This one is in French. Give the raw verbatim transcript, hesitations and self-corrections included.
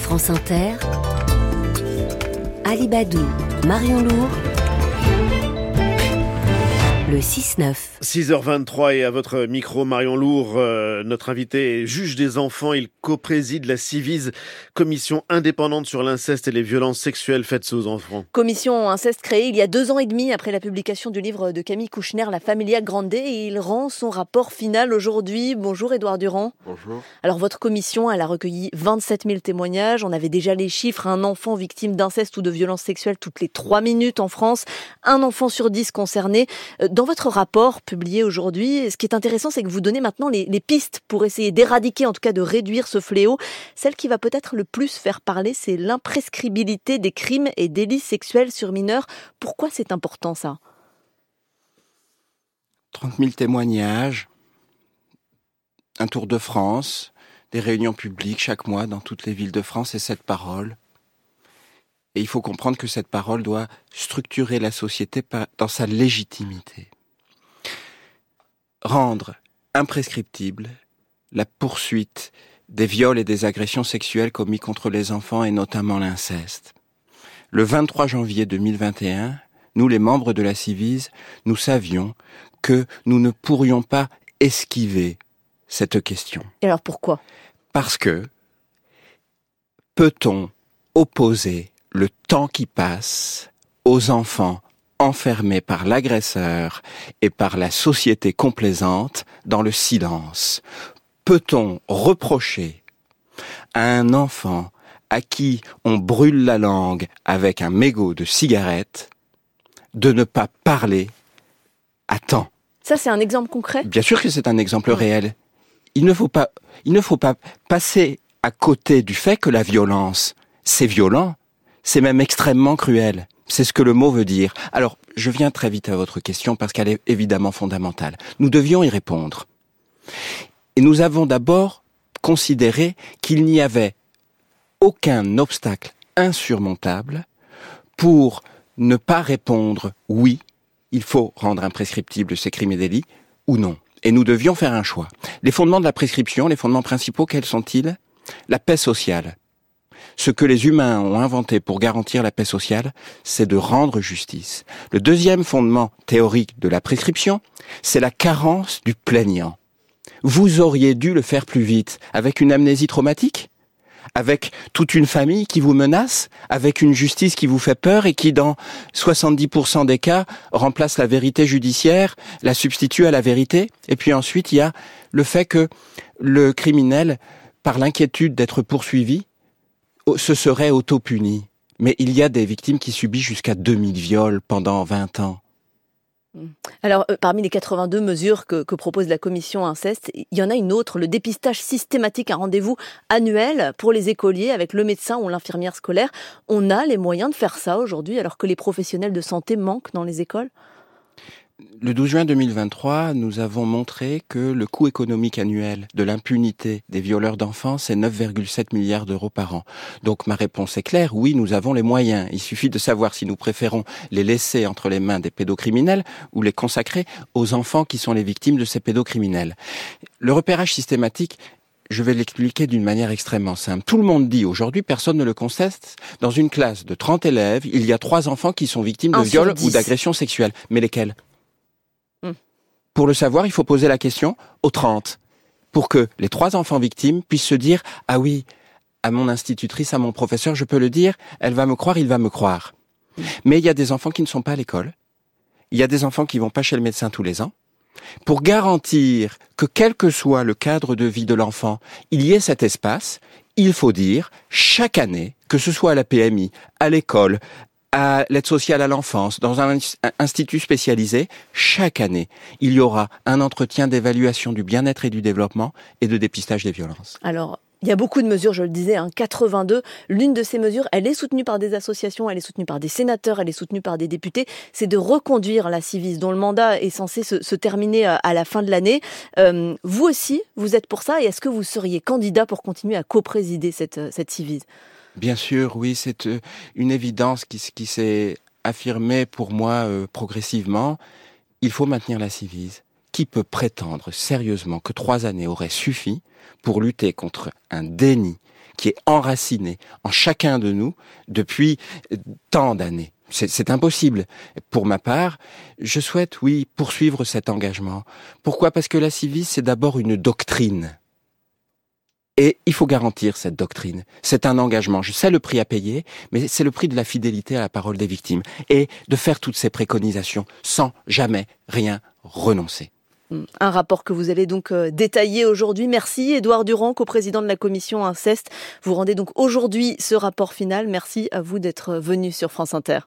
France Inter, Alibadou, Marion Lourd, le six neuf. six heures vingt-trois et à votre micro, Marion Lourd, euh, notre invité est juge des enfants. Il co-préside la Ciivise, commission indépendante sur l'inceste et les violences sexuelles faites aux enfants. Commission inceste créée il y a deux ans et demi après la publication du livre de Camille Kouchner, La Familia Grande, et il rend son rapport final aujourd'hui. Bonjour Édouard Durand. Bonjour. Alors votre commission, elle a recueilli vingt-sept mille témoignages. On avait déjà les chiffres, un enfant victime d'inceste ou de violences sexuelles toutes les trois minutes en France, un enfant sur dix concerné. Dans votre rapport publié aujourd'hui, ce qui est intéressant, c'est que vous donnez maintenant les, les pistes pour essayer d'éradiquer, en tout cas de réduire ce fléau. Celle qui va peut-être le plus faire parler, c'est l'imprescriptibilité des crimes et délits sexuels sur mineurs. Pourquoi c'est important ça ? trente mille témoignages, un tour de France, des réunions publiques chaque mois dans toutes les villes de France et cette parole. Et il faut comprendre que cette parole doit structurer la société dans sa légitimité. Rendre imprescriptible la poursuite des viols et des agressions sexuelles commis contre les enfants et notamment l'inceste. Le vingt-trois janvier deux mille vingt et un, nous les membres de la Ciivise, nous savions que nous ne pourrions pas esquiver cette question. Et alors pourquoi ? Parce que peut-on opposer le temps qui passe aux enfants enfermés par l'agresseur et par la société complaisante dans le silence? Peut-on reprocher à un enfant à qui on brûle la langue avec un mégot de cigarette de ne pas parler à temps? Ça, c'est un exemple concret ? Bien sûr que c'est un exemple ouais. réel. Il ne faut pas, il ne faut pas passer à côté du fait que la violence, c'est violent, c'est même extrêmement cruel. C'est ce que le mot veut dire. Alors, je viens très vite à votre question parce qu'elle est évidemment fondamentale. Nous devions y répondre. Et nous avons d'abord considéré qu'il n'y avait aucun obstacle insurmontable pour ne pas répondre oui, il faut rendre imprescriptibles ces crimes et délits, ou non. Et nous devions faire un choix. Les fondements de la prescription, les fondements principaux, quels sont-ils ? La paix sociale. Ce que les humains ont inventé pour garantir la paix sociale, c'est de rendre justice. Le deuxième fondement théorique de la prescription, c'est la carence du plaignant. Vous auriez dû le faire plus vite, avec une amnésie traumatique ? Avec toute une famille qui vous menace, avec une justice qui vous fait peur et qui, dans soixante-dix pour cent des cas, remplace la vérité judiciaire, la substitue à la vérité. Et puis ensuite, il y a le fait que le criminel, par l'inquiétude d'être poursuivi, se serait auto-puni. Mais il y a des victimes qui subissent jusqu'à deux mille viols pendant vingt ans. Alors, euh, parmi les quatre-vingt-deux mesures que, que propose la commission inceste, il y en a une autre, le dépistage systématique, un rendez-vous annuel pour les écoliers avec le médecin ou l'infirmière scolaire. On a les moyens de faire ça aujourd'hui, alors que les professionnels de santé manquent dans les écoles ? Le douze juin deux mille vingt-trois, nous avons montré que le coût économique annuel de l'impunité des violeurs d'enfants, c'est neuf virgule sept milliards d'euros par an. Donc ma réponse est claire, oui, nous avons les moyens. Il suffit de savoir si nous préférons les laisser entre les mains des pédocriminels ou les consacrer aux enfants qui sont les victimes de ces pédocriminels. Le repérage systématique, je vais l'expliquer d'une manière extrêmement simple. Tout le monde dit aujourd'hui, personne ne le conteste, dans une classe de trente élèves, il y a trois enfants qui sont victimes de viols ou d'agressions sexuelles. Mais lesquels ? Pour le savoir, il faut poser la question aux trente, pour que les trois enfants victimes puissent se dire « Ah oui, à mon institutrice, à mon professeur, je peux le dire, elle va me croire, il va me croire. » Mais il y a des enfants qui ne sont pas à l'école, il y a des enfants qui vont pas chez le médecin tous les ans. Pour garantir que quel que soit le cadre de vie de l'enfant, il y ait cet espace, il faut dire chaque année, que ce soit à la P M I, à l'école, à l'aide sociale à l'enfance, dans un institut spécialisé, chaque année, il y aura un entretien d'évaluation du bien-être et du développement et de dépistage des violences. Alors, il y a beaucoup de mesures, je le disais, hein, quatre-vingt-deux. L'une de ces mesures, elle est soutenue par des associations, elle est soutenue par des sénateurs, elle est soutenue par des députés. C'est de reconduire la Ciivise, dont le mandat est censé se, se terminer à la fin de l'année. Euh, vous aussi, vous êtes pour ça, et est-ce que vous seriez candidat pour continuer à co-présider cette, cette Ciivise ? Bien sûr, oui, c'est une évidence qui, qui s'est affirmée pour moi euh, progressivement. Il faut maintenir la Ciivise. Qui peut prétendre sérieusement que trois années auraient suffi pour lutter contre un déni qui est enraciné en chacun de nous depuis tant d'années. C'est, c'est impossible. Pour ma part, je souhaite, oui, poursuivre cet engagement. Pourquoi ? Parce que la civisme, c'est d'abord une doctrine. Et il faut garantir cette doctrine. C'est un engagement. Je sais le prix à payer, mais c'est le prix de la fidélité à la parole des victimes. Et de faire toutes ces préconisations sans jamais rien renoncer. Un rapport que vous allez donc détailler aujourd'hui. Merci Édouard Durand, coprésident de la commission inceste. Vous rendez donc aujourd'hui ce rapport final. Merci à vous d'être venu sur France Inter.